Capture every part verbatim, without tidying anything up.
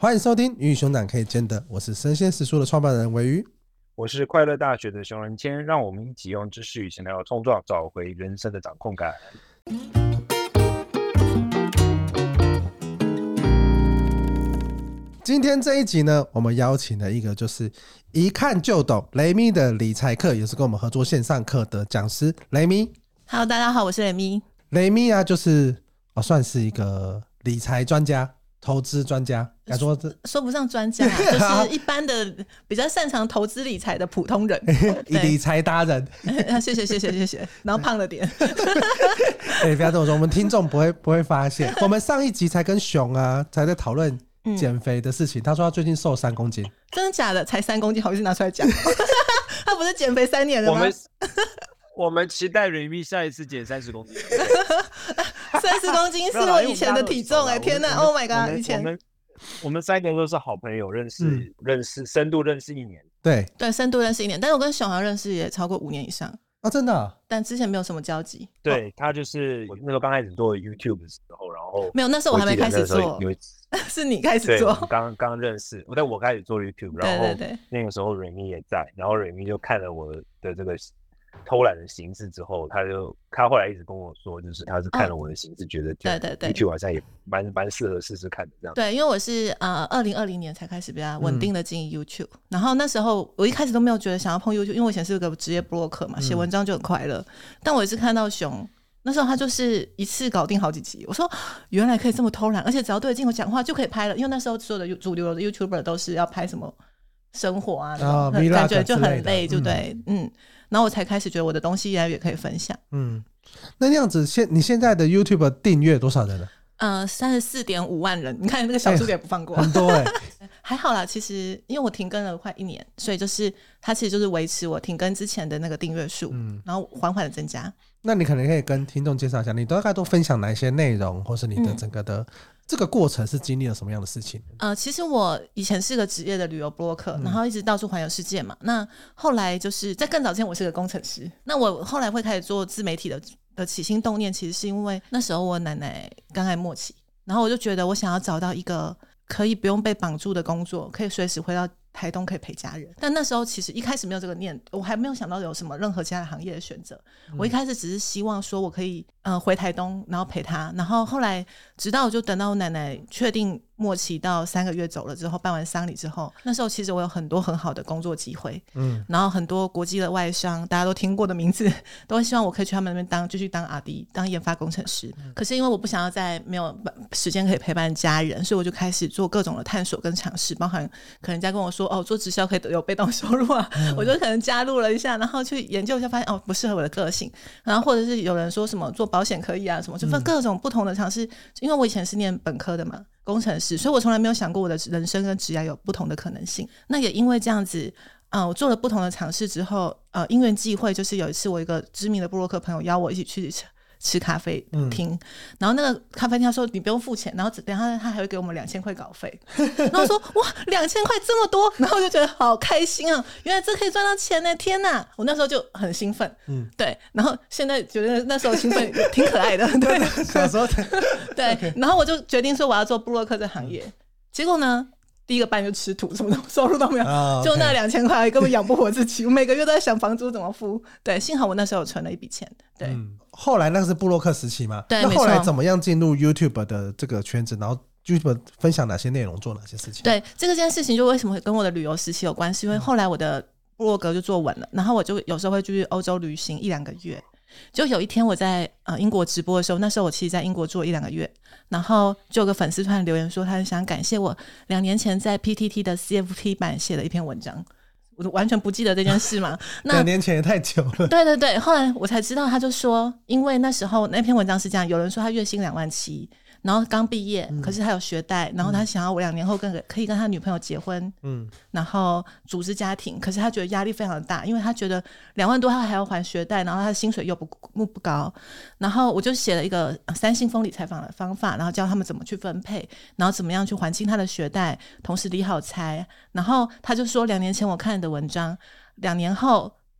欢迎收听鱼与熊掌可以兼得，我是生鲜时书的创办人维鱼， 我是快乐大学的熊仁谦，让我们一起用知识与闲聊冲撞，找回人生的掌控感。 今天这一集呢，我们邀请了一个就是一看就懂雷咪的理财课，也是跟我们合作线上课的讲师雷咪。 Hello， 大家好，我是雷咪。 雷咪啊，就是、哦、算是一个理财专家、投资专家，该说这说不上专家、啊，就是一般的比较擅长投资理财的普通人， 理财达人。 谢谢谢谢谢谢，然后胖了点。 哎，不要这么说，我们听众不会不会发现。我们上一集才跟熊啊，才在讨论减肥的事情、嗯，他说他最近瘦三公斤，真的假的？才三公斤，好意思拿出来讲？他不是减肥三年了吗？ 我们我们期待瑞咪下一次减三十公斤。 三十公斤是我以前的体重哎、欸！天哪 ！Oh my god！ 以前我们我们三个都是好朋友，认识、嗯、认识深度认识一年。 对对，深度认识一年，但是我跟熊豪认识也超过五年以上啊！真的、啊？ 但之前没有什么交集。 对、哦、他就是我那时候刚开始做 YouTube 的时候，然后没有，那时候我还没开始做，是你开始做。 刚刚认识，但我开始做 YouTube， 然后那个时候瑞咪也在，然后瑞咪就看了我的这个偷懒的形式之后，他就他后来一直跟我说，就是他是看了我的形式、哦，觉得对对对 YouTube 好像也蛮蛮适合试试看的这样。 对，因为我是呃二零二零年才开始比较稳定的经营 YouTube，、嗯、然后那时候我一开始都没有觉得想要碰 YouTube， 因为我以前是个职业部落客嘛，写文章就很快乐、嗯。但我也是看到熊，那时候他就是一次搞定好几集，我说原来可以这么偷懒，而且只要对着镜头讲话就可以拍了，因为那时候所有的主流的 YouTuber 都是要拍什么生活啊，哦、感觉就很累，对不对？嗯。然后我才开始觉得我的东西越来越可以分享。 嗯，那那样子现你现在的 YouTube 订阅多少人了？ 呃，三十四点五万人，你看那个小数点不放过， 欸、很多哎、 欸。还好啦，其实因为我停更了快一年，所以就是它其实就是维持我停更之前的那个订阅数，嗯，然后缓缓的增加。 那你可能可以跟听众介绍一下，你大概都分享哪一些内容，或是你的整个的、嗯、这个过程是经历了什么样的事情？ 呃，其实我以前是个职业的旅游部落客、嗯，然后一直到处环游世界嘛。那后来就是在更早之前，我是个工程师。那我后来会开始做自媒体的的起心动念，其实是因为那时候我奶奶肝癌末期，然后我就觉得我想要找到一个可以不用被绑住的工作，可以随时回到台东可以陪家人。但那时候其实一开始没有这个念，我还没有想到有什么任何其他的行业的选择、嗯、我一开始只是希望说我可以呃回台东然后陪他，然后后来直到我就等到我奶奶确定末期到三个月走了之后，办完丧礼之后，那时候其实我有很多很好的工作机会，嗯，然后很多国际的外商大家都听过的名字都会希望我可以去他们那边当继续当 R D 当研发工程师、嗯、可是因为我不想要在没有时间可以陪伴家人，所以我就开始做各种的探索跟尝试，包含可能人家跟我说哦做直销可以有被动收入啊、嗯、我就可能加入了一下，然后去研究一下发现哦不适合我的个性，然后或者是有人说什么做保险可以啊什么，就分各种不同的尝试、嗯、因为我以前是念本科的嘛工程师，所以我从来没有想过我的人生跟职业有不同的可能性。那也因为这样子呃，我做了不同的尝试之后呃，因缘际会，就是有一次我一个知名的部落客朋友邀我一起去吃咖啡厅、嗯、然后那个咖啡厅他说你不用付钱，然后等一下他还会给我们两千块稿费然后我说哇两千块这么多，然后我就觉得好开心啊，原来这可以赚到钱呢，天哪，我那时候就很兴奋，嗯，对，然后现在觉得那时候兴奋挺可爱的对小时候对，okay. 然后我就决定说我要做部落客这行业、嗯、结果呢第一个半就吃土，什么收入都没有、oh, okay. 就那两千块根本养不活自己我每个月都在想房租怎么付，对，幸好我那时候有存了一笔钱，对、嗯、 后来那个是部落客时期嘛， 对， 那后来怎么样进入 YouTube 的这个圈子，然后 YouTube 分享哪些内容，做哪些事情？ 对，这个件事情就为什么会跟我的旅游时期有关系，因为后来我的部落格就做稳了，然后我就有时候会去欧洲旅行一两个月，就有一天我在、呃、英国直播的时候，那时候我其实在英国住了一两个月，然后就有个粉丝突然留言说他很想感谢我两年前在 P T T 的 C F P 版写了一篇文章，我完全不记得这件事嘛那两年前也太久了， 对对对，后来我才知道，他就说因为那时候那篇文章是这样，有人说他月薪两万七，然后刚毕业、嗯、可是他有学贷，然后他想要我两年后跟可以跟他女朋友结婚，嗯，然后组织家庭，可是他觉得压力非常大，因为他觉得两万多他还要还学贷，然后他的薪水又不不高，然后我就写了一个三信封理财的方法，然后教他们怎么去分配，然后怎么样去还清他的学贷，同时理好财，然后他就说两年前我看你的文章，两年后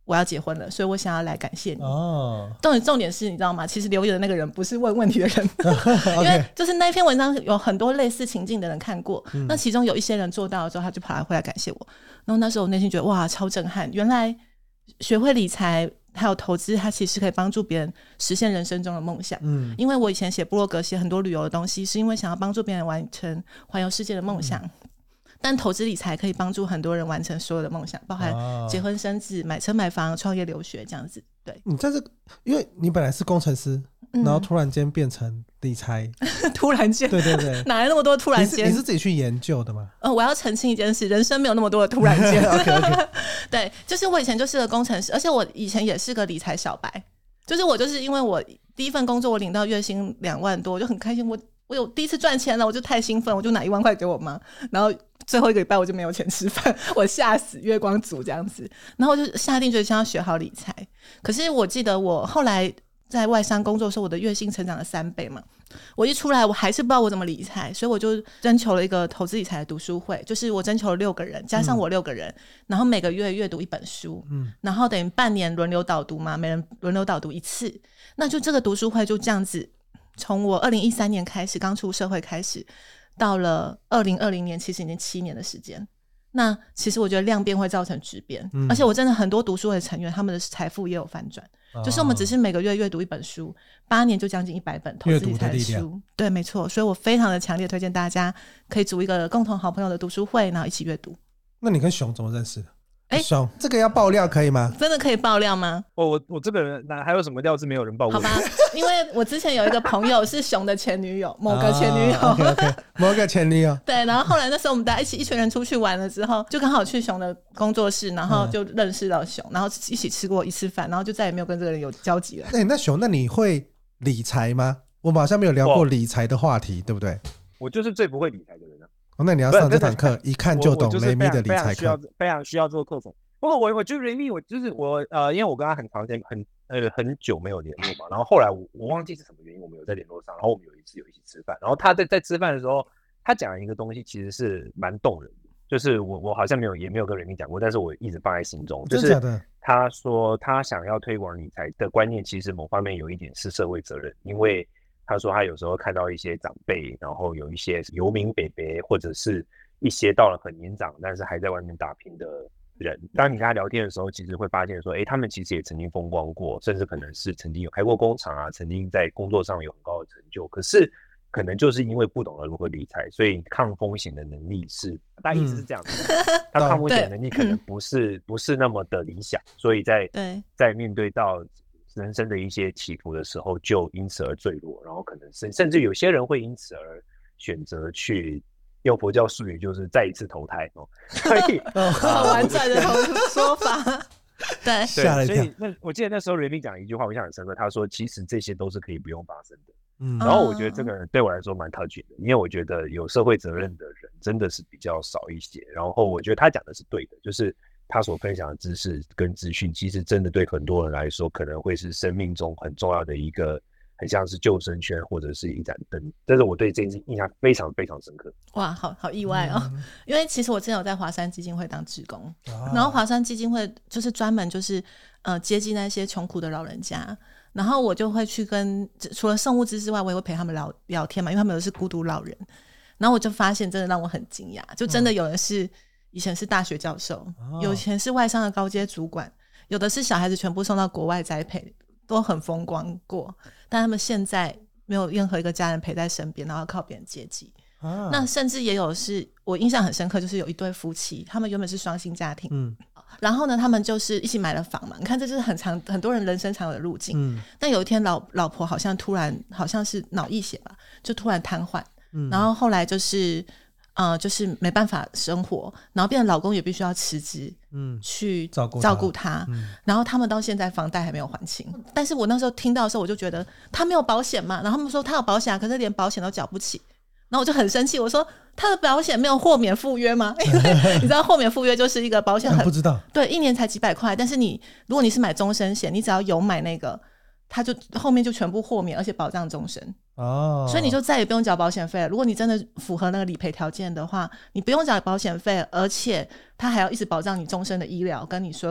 我要结婚了，所以我想要来感谢你。 哦， 重点重点是你知道吗？其实留言的那个人不是问问题的人，因为就是那篇文章有很多类似情境的人看过，嗯、那其中有一些人做到了之后，他就跑来回来感谢我。然后那时候我内心觉得哇，超震撼！原来学会理财还有投资，它其实可以帮助别人实现人生中的梦想。嗯，因为我以前写部落格写很多旅游的东西，是因为想要帮助别人完成环游世界的梦想。嗯，但投资理财可以帮助很多人完成所有的梦想，包含结婚生子、买车买房、创业留学这样子。对， 你在这个，因为你本来是工程师，嗯、然后突然间变成理财， 突然间， 对对对， 哪来那么多突然间？ 你, 你是自己去研究的吗？ 呃，我要澄清一件事，人生没有那么多的突然间。 OK OK， 对，就是我以前就是个工程师，而且我以前也是个理财小白，就是我就是因为我第一份工作我领到月薪两万多，我就很开心，我我有第一次赚钱了，我就太兴奋，我就拿一万块给我妈，然后最后一个礼拜我就没有钱吃饭，我吓死，月光族这样子，然后我就下定决心要学好理财。可是我记得我后来在外商工作的时候，我的月薪成长了三倍嘛，我一出来我还是不知道我怎么理财，所以我就征求了一个投资理财的读书会，就是我征求了六个人加上我六个人、嗯、然后每个月阅读一本书、嗯、然后等于半年轮流导读嘛，每人轮流导读一次，那就这个读书会就这样子从我二零一三年开始刚出社会开始到了二零二零年，其实已经七年的时间。那其实我觉得量变会造成质变、嗯、而且我真的很多读书会的成员他们的财富也有反转、哦、就是我们只是每个月阅读一本书，八年就将近一百本投资理财的书。对，没错，所以我非常的强烈推荐大家可以组一个共同好朋友的读书会，然后一起阅读。 那你跟熊怎么认识的？哎、欸，熊，这个要爆料可以吗？ 真的可以爆料吗？ 我我我这个人还有什么料是没有人爆过？ 好吧，因为我之前有一个朋友是熊的前女友，某个前女友、 啊、okay, okay, 某个前女友。 对，然后后来那时候我们大家一起一群人出去玩了之后，就刚好去熊的工作室，然后就认识到熊、嗯、然后一起吃过一次饭，然后就再也没有跟这个人有交集了。 欸、那熊，那你会理财吗？我们好像没有聊过理财的话题，对不对？ 我就是最不会理财的人啊。 哦，那你要上这堂课，一看就懂雷米的理财课， 非常需要做课程。不过我我觉得雷米，我就是我呃，因为我跟他很长时间很呃很久没有联络嘛，然后后来我我忘记是什么原因我们有在联络上，然后我们有一次有一起吃饭，然后他在在吃饭的时候，他讲了一个东西，其实是蛮动人的，就是我我好像没有也没有跟雷米讲过，但是我一直放在心中，就是他说他想要推广理财的观念，其实某方面有一点是社会责任，因为他说他有时候看到一些长辈，然后有一些游民伯伯，或者是一些到了很年长但是还在外面打拼的人，当你跟他聊天的时候，其实会发现说，哎，他们其实也曾经风光过，甚至可能是曾经有开过工厂啊，曾经在工作上有很高的成就，可是可能就是因为不懂得如何理财，所以抗风险的能力是，大概意思是这样子，嗯、他抗风险能力可能不是不是那么的理想，所以在在面对到人生的一些起伏的时候，就因此而坠落，然后可能甚甚至有些人会因此而选择去。用佛教术语就是再一次投胎哦，所以好婉转的说法，对， 吓了一跳。 所以那我记得那时候 Remy 讲一句话，我印象很深刻，他说其实这些都是可以不用发生的。嗯，然后我觉得这个对我来说蛮 touch 的，因为我觉得有社会责任的人真的是比较少一些。然后我觉得他讲的是对的，就是他所分享的知识跟资讯，其实真的对很多人来说可能会是生命中很重要的一个。很像是救生圈或者是一盏灯，但是我对这件事印象非常非常深刻。 哇，好好意外哦、嗯！因为其实我之前有在华山基金会当志工、啊，然后华山基金会就是专门就是呃接济那些穷苦的老人家，然后我就会去跟除了送物资之外，我也会陪他们聊聊天嘛，因为他们都是孤独老人。然后我就发现真的让我很惊讶，就真的有人是、嗯、以前是大学教授，有以前是外商的高阶主管，有的是小孩子全部送到国外栽培。都很风光过，但他们现在没有任何一个家人陪在身边，然后靠别人接济、啊、那甚至也有是我印象很深刻，就是有一对夫妻，他们原本是双薪家庭、嗯、然后呢他们就是一起买了房嘛，你看这就是很长很多人人生常有的路径、嗯、但有一天 老, 老婆好像突然好像是脑溢血吧，就突然瘫痪、嗯、然后后来就是呃，就是没办法生活，然后变成老公也必须要辞职，嗯，去照顾 他, 照顾他、嗯、然后他们到现在房贷还没有还清、嗯、但是我那时候听到的时候我就觉得他没有保险嘛，然后他们说他有保险、啊、可是连保险都缴不起，然后我就很生气，我说他的保险没有豁免附约吗？因为你知道豁免附约就是一个保险很、嗯、 不知道， 对，一年才几百块，但是你如果你是买终身险，你只要有买那个他就后面就全部豁免，而且保障终身哦，所以你就再也不用缴保险费了。如果你真的符合那个理赔条件的话，你不用缴保险费，而且他还要一直保障你终身的医疗跟你所有的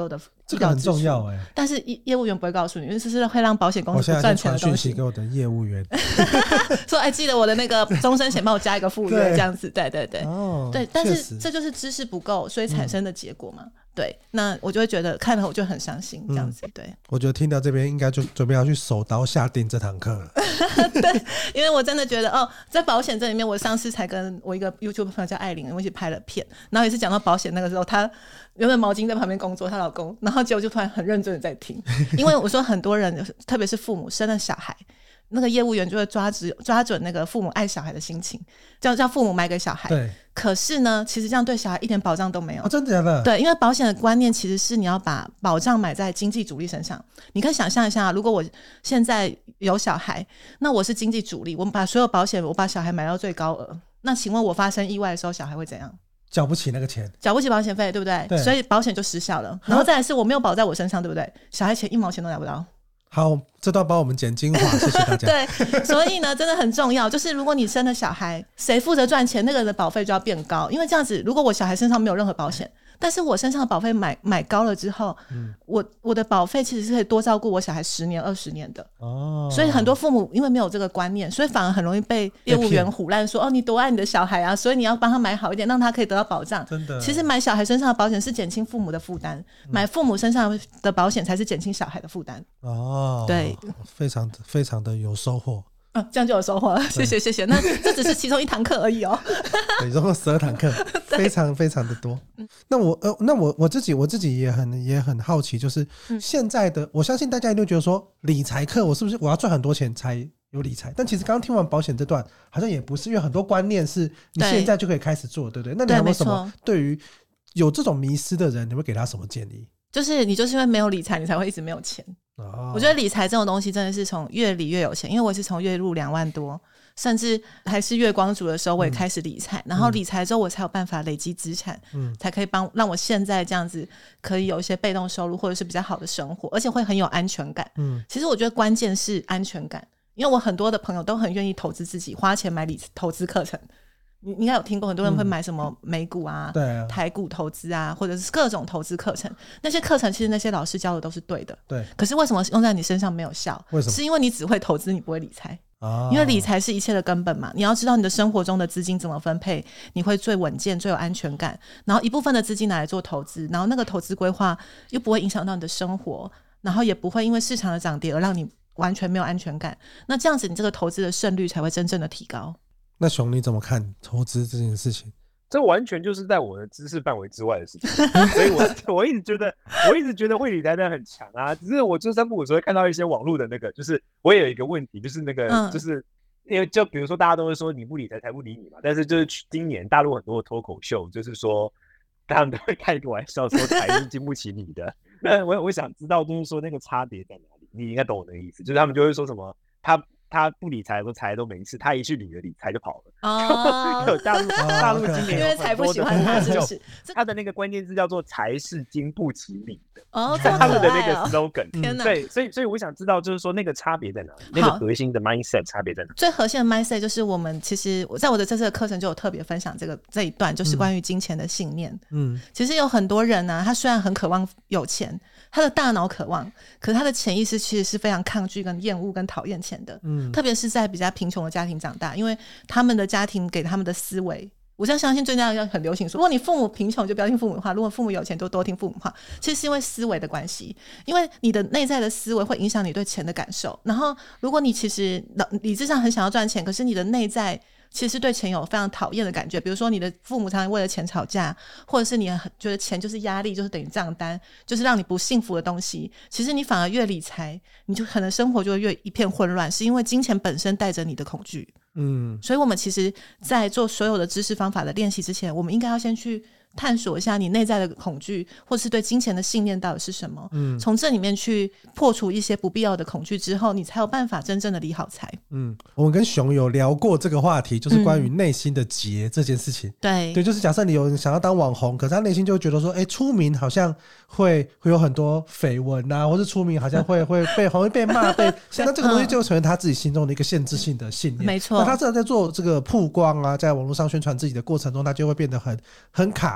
这个很重要哎、欸。 但是业务员不会告诉你，因为这是会让保险公司不赚钱的东西。我现在就传讯息给我的业务员， 说哎，记得我的那个终身险帮我加一个附约，这样子，对对对， 哦， 对。但是这就是知识不够，所以产生的结果嘛。嗯，对，那我就会觉得看了我就很伤心，这样子。嗯，对， 我觉得听到这边应该就准备要去手刀下定这堂课了。 对，因为我真的觉得哦，在保险这里面，我上次才跟我一个 YouTube 朋友叫艾琳，我一起拍了片，然后也是讲到保险那个时候，她原本毛巾在旁边工作，她老公，然后结果就突然很认真的在听，因为我说很多人，特别是父母生了小孩。那个业务员就会抓准抓准那个父母爱小孩的心情，叫叫父母买给小孩。 对。 可是呢，其实这样对小孩一点保障都没有。 哦，真的假的？ 对，因为保险的观念其实是你要把保障买在经济主力身上。你可以想象一下，如果我现在有小孩，那我是经济主力，我们把所有保险，我把小孩买到最高额。那请问我发生意外的时候，小孩会怎样？ 缴不起那个钱， 缴不起保险费，对不对？ 对。 所以保险就失效了。然后再来是我没有保在我身上，对不对？小孩钱一毛钱都拿不到。 好，这段帮我们剪精华，谢谢大家。 对，所以呢，真的很重要，就是如果你生了小孩，谁负责赚钱，那个人的保费就要变高，因为这样子，如果我小孩身上没有任何保险，但是我身上的保费买买高了之后，嗯，我我的保费其实是可以多照顾我小孩十年二十年的。哦，所以很多父母因为没有这个观念，所以反而很容易被业务员唬烂说，哦，你多爱你的小孩啊，所以你要帮他买好一点，让他可以得到保障。 真的， 其实买小孩身上的保险是减轻父母的负担，嗯，买父母身上的保险才是减轻小孩的负担。 哦， 对， 非常非常的有收获。 啊，这样就有收获了，谢谢谢谢。那这只是其中一堂课而已哦。 对，总共十二堂课，非常非常的多。那我呃，那我我自己我自己也很也很好奇，就是现在的，嗯，我相信大家一定觉得说，理财课我是不是我要赚很多钱才有理财？但其实刚刚听完保险这段，好像也不是，因为很多观念是你现在就可以开始做，对不对？那你有没有什么对于有这种迷思的人，你会给他什么建议？ 就是你就是因为没有理财，你才会一直没有钱。哦，我觉得理财这种东西真的是从越理越有钱，因为我是从月入两万多，甚至还是月光族的时候，我也开始理财，嗯，然后理财之后我才有办法累积资产，嗯，才可以帮让我现在这样子可以有一些被动收入，或者是比较好的生活，而且会很有安全感。嗯，其实我觉得关键是安全感，因为我很多的朋友都很愿意投资自己，花钱买理投资课程。你应该有听过很多人会买什么美股啊、嗯、啊台股投资啊，或者是各种投资课程，那些课程其实那些老师教的都是对的， 对。 可是为什么用在你身上没有效？ 为什么？ 是因为你只会投资，你不会理财。哦，因为理财是一切的根本嘛，你要知道你的生活中的资金怎么分配，你会最稳健最有安全感，然后一部分的资金拿来做投资，然后那个投资规划又不会影响到你的生活，然后也不会因为市场的涨跌而让你完全没有安全感，那这样子你这个投资的胜率才会真正的提高。 那熊你怎么看投资这件事情？ 这完全就是在我的知识范围之外的事情，所以我我一直觉得，我一直觉得会理财的人很强啊。只是我就三不五时会看到一些网络的那个，就是我也有一个问题，就是那个、嗯、就是因为就比如说大家都会说你不理财财不理你嘛，但是就是今年大陆很多的脱口秀，就是说他们都会开一个玩笑说财是经不起理的。那我我想知道就是说那个差别在哪里？你应该懂我的意思，就是他们就会说什么他。他不理财，说财都没事，他一去理了理财就跑了。哦，有大陆大陆今年因为财不喜欢他，是不是？ 他的那个关键字叫做财是经不起理的。哦，他们的那个 slogan。天哪！对，所以所以我想知道，就是说那个差别在哪里？那个核心的 mindset 差别在哪里？ 最核心的 mindset 就是我们其实我在我的这次的课程就有特别分享这个这一段，就是关于金钱的信念。嗯，其实有很多人呢、啊，他虽然很渴望有钱。他的大脑渴望，可是他的潜意识其实是非常抗拒跟厌恶跟讨厌钱的、嗯、特别是在比较贫穷的家庭长大，因为他们的家庭给他们的思维，我相信最近很流行说如果你父母贫穷就不要听父母的话，如果父母有钱就多听父母的话，其实是因为思维的关系，因为你的内在的思维会影响你对钱的感受，然后如果你其实理智上很想要赚钱，可是你的内在其实对钱有非常讨厌的感觉，比如说你的父母常常为了钱吵架，或者是你觉得钱就是压力，就是等于账单，就是让你不幸福的东西，其实你反而越理财，你就可能生活就会越一片混乱，是因为金钱本身带着你的恐惧。嗯，所以我们其实在做所有的知识方法的练习之前，我们应该要先去探索一下你内在的恐惧，或是对金钱的信念到底是什么，嗯，从这里面去破除一些不必要的恐惧之后，你才有办法真正的理好财。嗯， 我们跟熊有聊过这个话题，就是关于内心的结这件事情、嗯、 对对，就是假设你有人想要当网红，可是他内心就会觉得说哎、欸，出名好像会会有很多绯闻啊，或是出名好像会会被好像被骂被现在这个东西就成为他自己心中的一个限制性的信念。 没错， 那他真的在做这个曝光啊，在网络上宣传自己的过程中，他就会变得很很卡，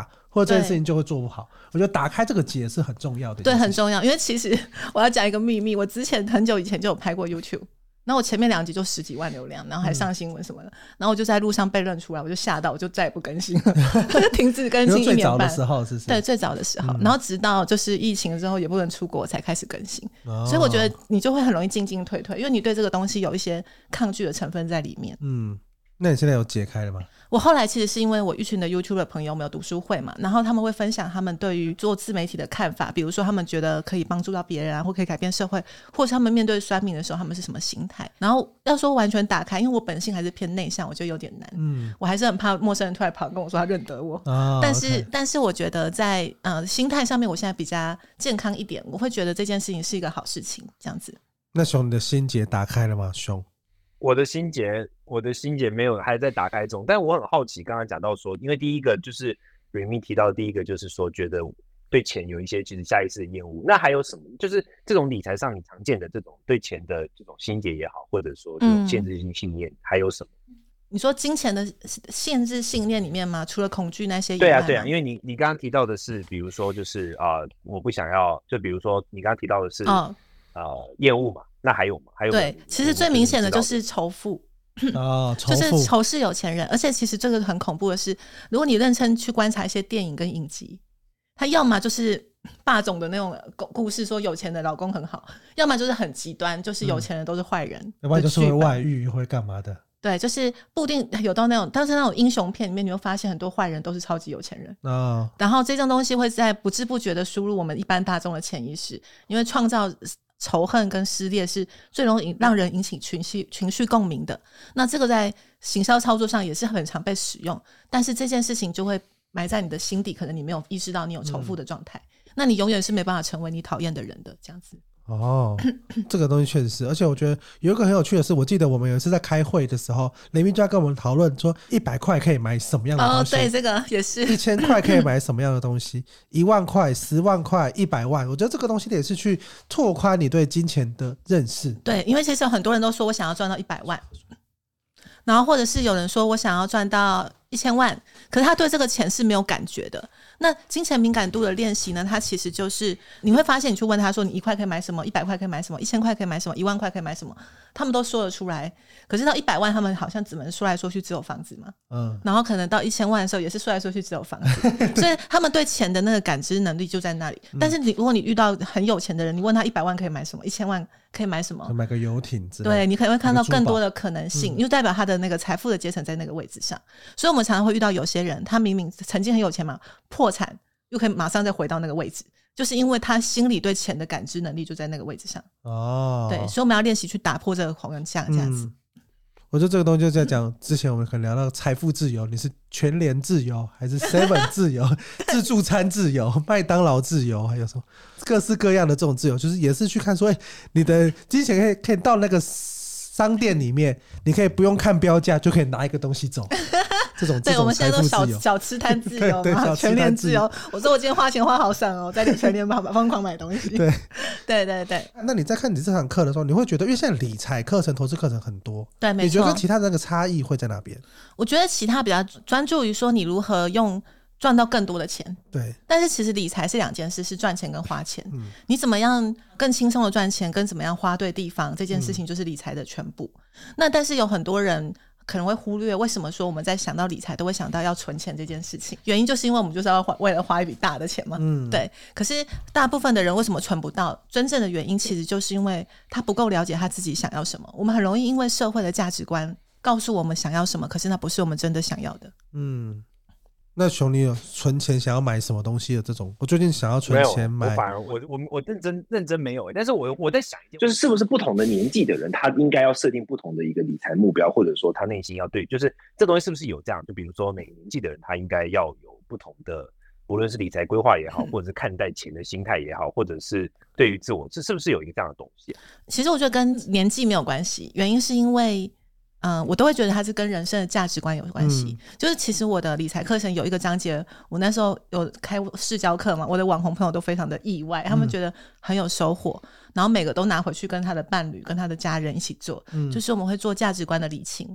或者这件事情就会做不好。我觉得打开这个结是很重要的， 对，很重要。因为其实我要讲一个秘密，我之前很久以前就有拍过 YouTube， 然后我前面两集就十几万流量，然后还上新闻什么的、嗯、然后我就在路上被认出来，我就吓到，我就再也不更新了就停止更新一年半。最早的时候是不是？ 对，最早的时候、嗯、然后直到就是疫情之后也不能出国才开始更新、哦、所以我觉得你就会很容易进进退退，因为你对这个东西有一些抗拒的成分在里面。 嗯，那你现在有解开了吗？ 我后来其实是因为我一群的 YouTube 的朋友，我们有读书会嘛，然后他们会分享他们对于做自媒体的看法，比如说他们觉得可以帮助到别人啊，或可以改变社会，或是他们面对酸民的时候他们是什么心态。然后要说完全打开，因为我本性还是偏内向，我觉得有点难。嗯，我还是很怕陌生人突然跑跟我说他认得我、哦、但是、okay. 但是我觉得在呃心态上面我现在比较健康一点，我会觉得这件事情是一个好事情这样子。 那熊你的心结打开了吗？熊我的心结，我的心结没有，还在打开中。但我很好奇，刚刚讲到说，因为第一个就是 Remy 提到的第一个就是说，觉得对钱有一些其实下意识的厌恶。那还有什么？就是这种理财上你常见的这种对钱的这种心结也好，或者说这种限制性信念，嗯、还有什么？ 你说金钱的限制信念里面吗？除了恐惧那些以外？ 对啊，对啊，因为你你刚刚提到的是，比如说就是啊、呃，我不想要，就比如说你刚刚提到的是哦。呃，厌恶嘛，那还有吗？还有对，其实最明显的就是仇富哦， 就是仇视有钱人。而且其实这个很恐怖的是，如果你认真去观察一些电影跟影集，他要么就是霸总的那种故事，说有钱的老公很好，要么就是很极端，就是有钱人都是坏人、嗯、 要不然就是会外遇会干嘛的。 对，就是不一定有到那种，但是那种英雄片里面你会发现很多坏人都是超级有钱人、哦、然后这种东西会在不知不觉的输入我们一般大众的潜意识，因为创造仇恨跟撕裂是最容易让人引起情绪情绪共鸣的。那这个在行销操作上也是很常被使用，但是这件事情就会埋在你的心底，可能你没有意识到你有仇富的状态、嗯、那你永远是没办法成为你讨厌的人的这样子。 哦，这个东西确实是。而且我觉得有一个很有趣的是，我记得我们有一次在开会的时候，雷明就要跟我们讨论说一百块可以买什么样的东西。 哦，对，这个也是。 一千块可以买什么样的东西？一万块、十万块、一百万，我觉得这个东西也是去拓宽你对金钱的认识。 对，因为其实有很多人都说我想要赚到一百万，然后或者是有人说我想要赚到一千万，可是他对这个钱是没有感觉的。那金钱敏感度的练习呢，它其实就是你会发现，你去问他说你一块可以买什么，一百块可以买什么，一千块可以买什么，一万块可以买什么，他们都说得出来。可是到一百万他们好像只能说来说去只有房子嘛，嗯，然后可能到一千万的时候也是说来说去只有房子所以他们对钱的那个感知能力就在那里、嗯、但是你如果你遇到很有钱的人，你问他一百万可以买什么，一千万可以买什么， 买个游艇之类的， 对，你可能会看到更多的可能性、嗯、因为代表他的那个财富的阶层在那个位置上。所以我们常常会遇到有些人，他明明曾经很有钱嘛，破产又可以马上再回到那个位置，就是因为他心里对钱的感知能力就在那个位置上。哦，对，所以我们要练习去打破这个框架这样子、嗯、 我觉得这个东西就在讲之前我们可能聊到财富自由，你是全联自由还是 seven 自由自助餐自由，麦当劳自由，还有什么各式各样的这种自由，就是也是去看说、欸、你的金钱可以可以到那个商店里面，你可以不用看标价就可以拿一个东西走这种对，我们现在都小小吃摊自由嘛，全联自由。我说我今天花钱花好省哦，在全联疯狂买东西。对对对对。 那你在看你这堂课的时候，你会觉得，因为现在理财课程、投资课程很多， 对，没错。 你觉得跟其他的那个差异会在哪边？ 我觉得其他比较专注于说你如何用赚到更多的钱， 对。 但是其实理财是两件事，是赚钱跟花钱。嗯，你怎么样更轻松的赚钱，跟怎么样花对地方，这件事情就是理财的全部。嗯、那但是有很多人可能会忽略，为什么说我们在想到理财都会想到要存钱这件事情，原因就是因为我们就是要为了花一笔大的钱嘛、嗯、对。可是大部分的人为什么存不到，真正的原因其实就是因为他不够了解他自己想要什么。我们很容易因为社会的价值观告诉我们想要什么，可是那不是我们真的想要的。 嗯，那熊你有存钱想要买什么东西的这种？我最近想要存钱买， 我反而我我我认真认真没有、欸、但是我我在想一件，就是是不是不同的年纪的人，他应该要设定不同的一个理财目标，或者说他内心要对，就是这东西是不是有这样？就比如说每个年纪的人，他应该要有不同的，无论是理财规划也好，或者是看待钱的心态也好，或者是对于自我，这是不是有一个这样的东西、啊？ 其实我觉得跟年纪没有关系，原因是因为。嗯，我都会觉得它是跟人生的价值观有关系、嗯、就是其实我的理财课程有一个章节，我那时候有开试教课嘛，我的网红朋友都非常的意外，他们觉得很有收获、嗯、然后每个都拿回去跟他的伴侣跟他的家人一起做、嗯、就是我们会做价值观的理清。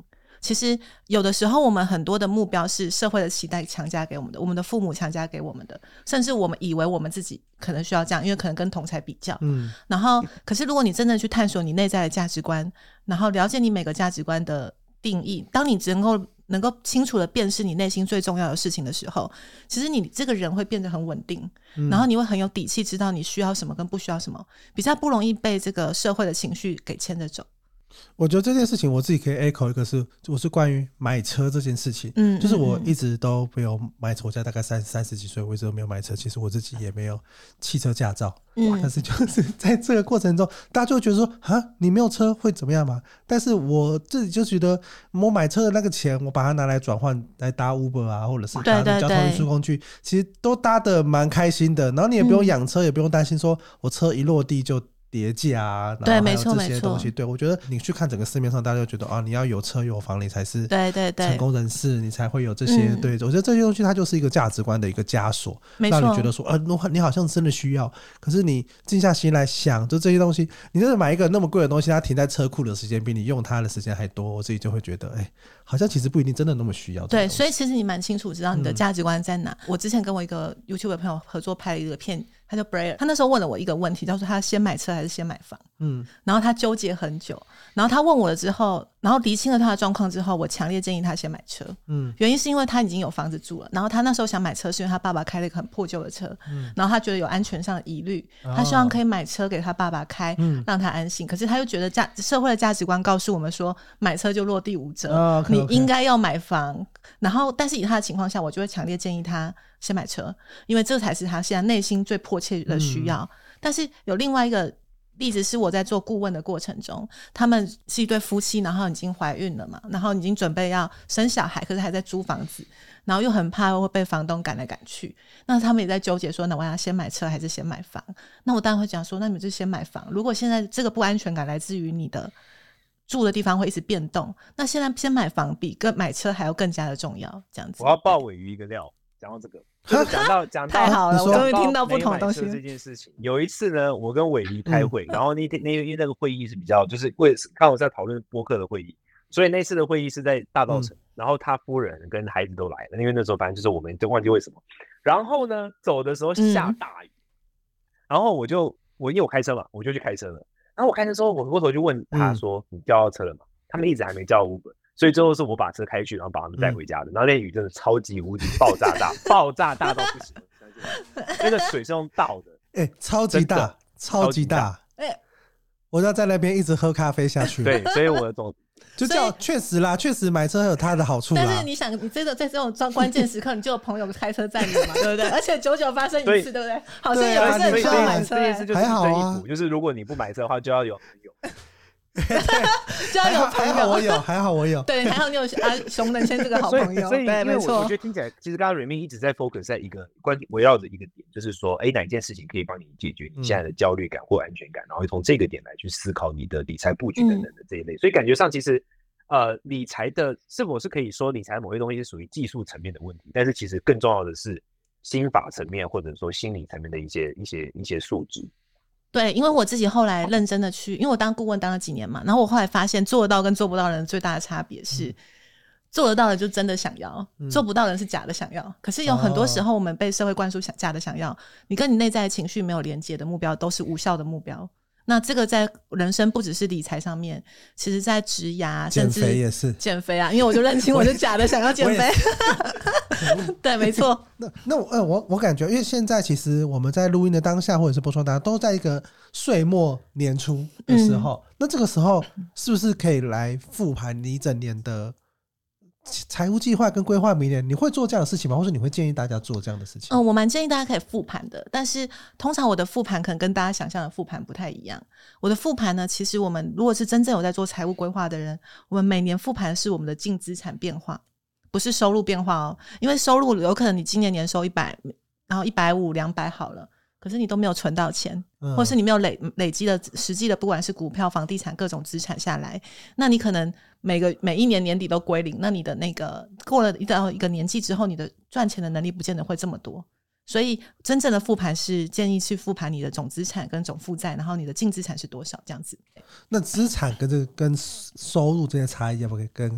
其实有的时候我们很多的目标是社会的期待强加给我们的，我们的父母强加给我们的，甚至我们以为我们自己可能需要这样，因为可能跟同侪比较，嗯，然后可是如果你真正去探索你内在的价值观，然后了解你每个价值观的定义，当你能够能够清楚的辨识你内心最重要的事情的时候，其实你这个人会变得很稳定、嗯、然后你会很有底气知道你需要什么跟不需要什么，比较不容易被这个社会的情绪给牵着走。 我觉得这件事情我自己可以 echo 一个是我是关于买车这件事情，嗯，就是我一直都没有买车，我家大概三三十几岁我一直都没有买车，其实我自己也没有汽车驾照，嗯，但是就是在这个过程中大家就会觉得说啊你没有车会怎么样嘛，但是我自己就觉得我买车的那个钱我把它拿来转换来搭 Uber 啊或者是搭交通运输工具，其实都搭得蛮开心的，然后你也不用养车、嗯、也不用担心说我车一落地就跌价啊，然后还有这些东西，对，我觉得你去看整个市面上大家就觉得啊，你要有车有房你才是成功人士，你才会有这些，对，我觉得这些东西它就是一个价值观的一个枷锁，让你觉得说啊，你好像真的需要，可是你静下心来想，就这些东西你真的买一个那么贵的东西，它停在车库的时间比你用它的时间还多，我自己就会觉得哎，好像其实不一定真的那么需要。 对，所以其实你蛮清楚知道你的价值观在哪、嗯、我之前跟我一个 YouTube 的朋友合作拍了一个片，他叫 Blair， 他那时候问了我一个问题，叫做他先买车还是先买房，嗯，然后他纠结很久，然后他问我了之后，然后厘清了他的状况之后，我强烈建议他先买车，嗯，原因是因为他已经有房子住了，然后他那时候想买车是因为他爸爸开了一个很破旧的车、嗯、然后他觉得有安全上的疑虑、哦、他希望可以买车给他爸爸开、嗯、让他安心，可是他又觉得价社会的价值观告诉我们说买车就落地无辙、哦、okay, okay. 你应该要买房，然后但是以他的情况下我就会强烈建议他先买车，因为这才是他现在内心最迫切的需要、嗯、但是有另外一个例子是我在做顾问的过程中，他们是一对夫妻，然后已经怀孕了嘛，然后已经准备要生小孩，可是还在租房子，然后又很怕会被房东赶来赶去，那他们也在纠结说那我要先买车还是先买房，那我当然会讲说那你们就先买房，如果现在这个不安全感来自于你的住的地方会一直变动，那现在先买房比跟买车还要更加的重要，这样子。 我要爆尾鱼一个料，讲到这个就是讲到讲到太好了，我终于听到不同的东西这件事情。有一次呢，我跟伟瑜开会、嗯、然后那天那因为那个会议是比较就是为刚好在讨论播客的会议，所以那次的会议是在大稻埕、嗯、然后他夫人跟孩子都来了，因为那时候反正就是我们都忘记为什么，然后呢走的时候下大雨、嗯、然后我就我因为我开车嘛，我就去开车了，然后我开车之后我回过头就问他说、嗯、你叫到车了吗？他们一直还没叫 Uber，所以最后是我把车开去，然后把他们带回家的、嗯、然后那雨真的超级无敌爆炸大爆炸大到不行，那个水是用倒的， 哎、欸，超级大超级大，哎、欸，我要在那边一直喝咖啡下去。 对，所以我总就叫确实啦，确实买车有它的好处啦。 但是你想，你这个在这种关键时刻，你就有朋友开车载你嘛，对不对？而且久久发生一次，对不对？好像也不是很需要买车、欸， 还好啊。就是如果你不买车的话，就要有朋友。 就要有朋友， 还好我有，还好我有， 对，还好你有啊，熊仁谦这个好朋友， 所以， 对，没错。 我觉得听起来，其实刚刚 Remy 一直在 focus 在一个关围绕着一个点，就是说，哎，哪一件事情可以帮你解决你现在的焦虑感或安全感，嗯、然后从这个点来去思考你的理财布局等等的这一类。嗯、所以感觉上，其实呃，理财的是否是可以说理财某些东西是属于技术层面的问题，但是其实更重要的是心法层面或者说心理层面的一些一些一些素质。 对，因为我自己后来认真的去，因为我当顾问当了几年嘛，然后我后来发现做得到跟做不到的人最大的差别是、嗯、做得到的就真的想要、嗯、做不到的人是假的想要，可是有很多时候我们被社会灌输假的想要、哦、你跟你内在的情绪没有连接的目标都是无效的目标，那这个在人生不只是理财上面，其实在职涯甚至减肥也是减肥啊，因为我就认清我是假的想要减肥对，没错。 那那我、呃、我我感觉因为现在其实我们在录音的当下或者是播出当下都在一个岁末年初的时候、嗯、那这个时候是不是可以来复盘你一整年的财务计划跟规划明年？你会做这样的事情吗？或者你会建议大家做这样的事情？ 嗯，我蛮建议大家可以复盘的，但是通常我的复盘可能跟大家想象的复盘不太一样。我的复盘呢，其实我们如果是真正有在做财务规划的人，我们每年复盘是我们的净资产变化，不是收入变化哦。因为收入有可能你今年年收一百，然后一百五、两百好了，可是你都没有存到钱，嗯、或是你没有累累积的实际的，不管是股票、房地产各种资产下来，那你可能每个每一年年底都归零，那你的那个过了一到一个年纪之后，你的赚钱的能力不见得会这么多。所以真正的复盘是建议去复盘你的总资产跟总负债，然后你的净资产是多少这样子。 那资产跟这个跟收入这些差异要不要跟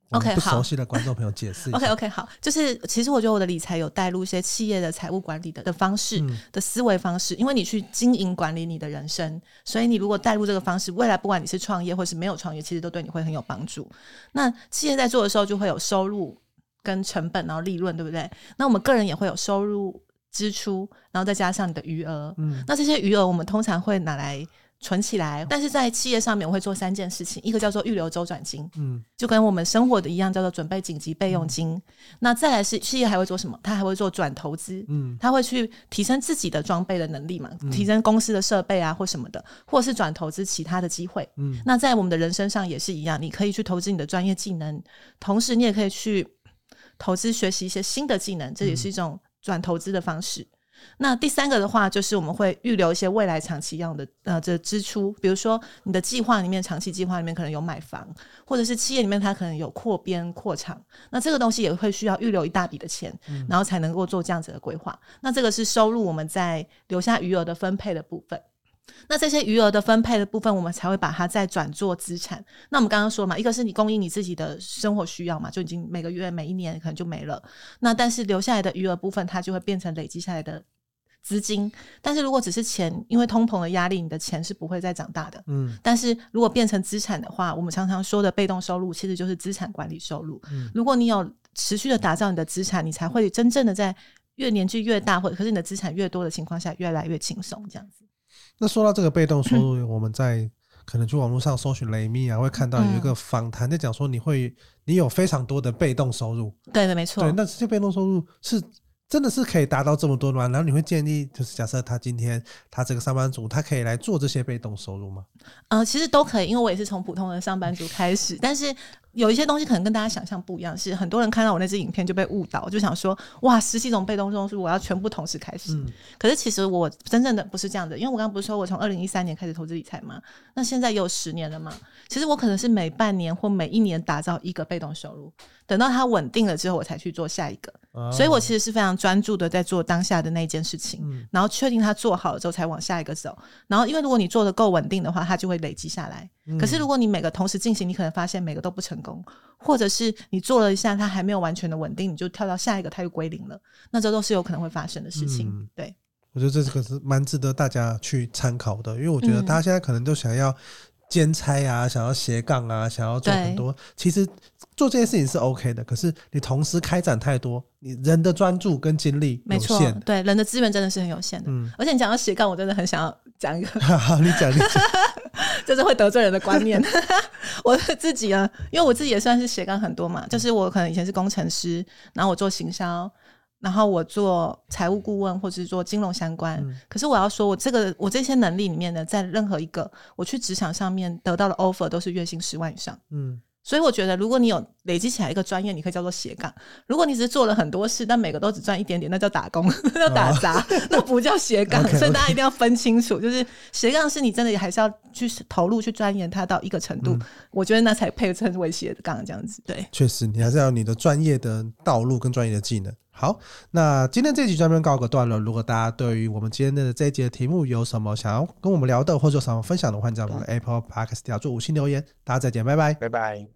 OK， 不熟悉的观众朋友解释一下。 OK OK 好，就是其实我觉得我的理财有带入一些企业的财务管理 的, 的方式、嗯、的思维方式，因为你去经营管理你的人生，所以你如果带入这个方式，未来不管你是创业或是没有创业，其实都对你会很有帮助。那企业在做的时候就会有收入跟成本，然后利润，对不对？那我们个人也会有收入支出，然后再加上你的余额、嗯、那这些余额我们通常会拿来存起来，但是在企业上面我会做三件事情，一个叫做预留周转金、嗯、就跟我们生活的一样，叫做准备紧急备用金、嗯、那再来是企业还会做什么，他还会做转投资、嗯、他会去提升自己的装备的能力嘛、嗯、提升公司的设备啊或什么的，或是转投资其他的机会、嗯、那在我们的人生上也是一样，你可以去投资你的专业技能，同时你也可以去投资学习一些新的技能，这也是一种转投资的方式、嗯，那第三个的话就是我们会预留一些未来长期用的呃这支出，比如说你的计划里面，长期计划里面可能有买房，或者是企业里面它可能有扩编扩厂，那这个东西也会需要预留一大笔的钱、嗯、然后才能够做这样子的规划，那这个是收入我们在留下余额的分配的部分。那这些余额的分配的部分我们才会把它再转做资产。那我们刚刚说嘛，一个是你供应你自己的生活需要嘛，就已经每个月每一年可能就没了，那但是留下来的余额部分它就会变成累积下来的资金，但是如果只是钱，因为通膨的压力你的钱是不会再长大的、嗯、但是如果变成资产的话，我们常常说的被动收入其实就是资产管理收入、嗯、如果你有持续的打造你的资产，你才会真正的在越年纪越大，或者可是你的资产越多的情况下越来越轻松这样子。 那说到这个被动收入、嗯、我们在可能去网络上搜寻雷密啊，会看到有一个访谈在讲说你会你有非常多的被动收入。 对的，没错。 对，那这些被动收入是真的是可以达到这么多吗？然后你会建议就是假设他今天他这个上班族他可以来做这些被动收入吗？ 呃，其实都可以，因为我也是从普通的上班族开始，但是有一些东西可能跟大家想象不一样，是很多人看到我那支影片就被误导，就想说哇十几种被动收入我要全部同时开始、嗯、可是其实我真正的不是这样的，因为我刚刚不是说我从二零一三年开始投资理财嘛，那现在也有十年了嘛，其实我可能是每半年或每一年打造一个被动收入，等到它稳定了之后我才去做下一个、哦、所以我其实是非常专注的在做当下的那一件事情、嗯、然后确定它做好了之后才往下一个走，然后因为如果你做的够稳定的话它就会累积下来、嗯、可是如果你每个同时进行，你可能发现每个都不成功，或者是你做了一下它还没有完全的稳定，你就跳到下一个它又归零了，那这都是有可能会发生的事情、嗯、对， 我觉得这个是蛮值得大家去参考的，因为我觉得大家现在可能都想要兼差啊，想要斜杠啊，想要做很多，其实做这件事情是 OK 的，可是你同时开展太多，你人的专注跟精力有限，没错， 对，人的资源真的是很有限的、嗯、而且你讲到斜杠我真的很想要讲一个好你讲你讲这是会得罪人的观念我自己啊，因为我自己也算是斜杠很多嘛，就是我可能以前是工程师，然后我做行销，然后我做财务顾问或者是做金融相关、嗯、可是我要说我这个我这些能力里面呢，在任何一个我去职场上面得到的 offer 都是月薪十万以上，嗯，所以我觉得如果你有累积起来一个专业，你可以叫做斜杠，如果你只是做了很多事但每个都只赚一点点，那叫打工那叫打杂、哦、那不叫斜杠okay, 所以大家一定要分清楚，就是斜杠是你真的还是要去投入去钻研它到一个程度、嗯、我觉得那才配称为斜杠这样子。对， 确实你还是要有你的专业的道路跟专业的技能。好，那今天这集专门告个段落，如果大家对于我们今天的这一集的题目有什么想要跟我们聊的或者有什么分享的话，你在我们的 Apple Podcast 底下做五星留言。大家再见，拜拜， 拜拜。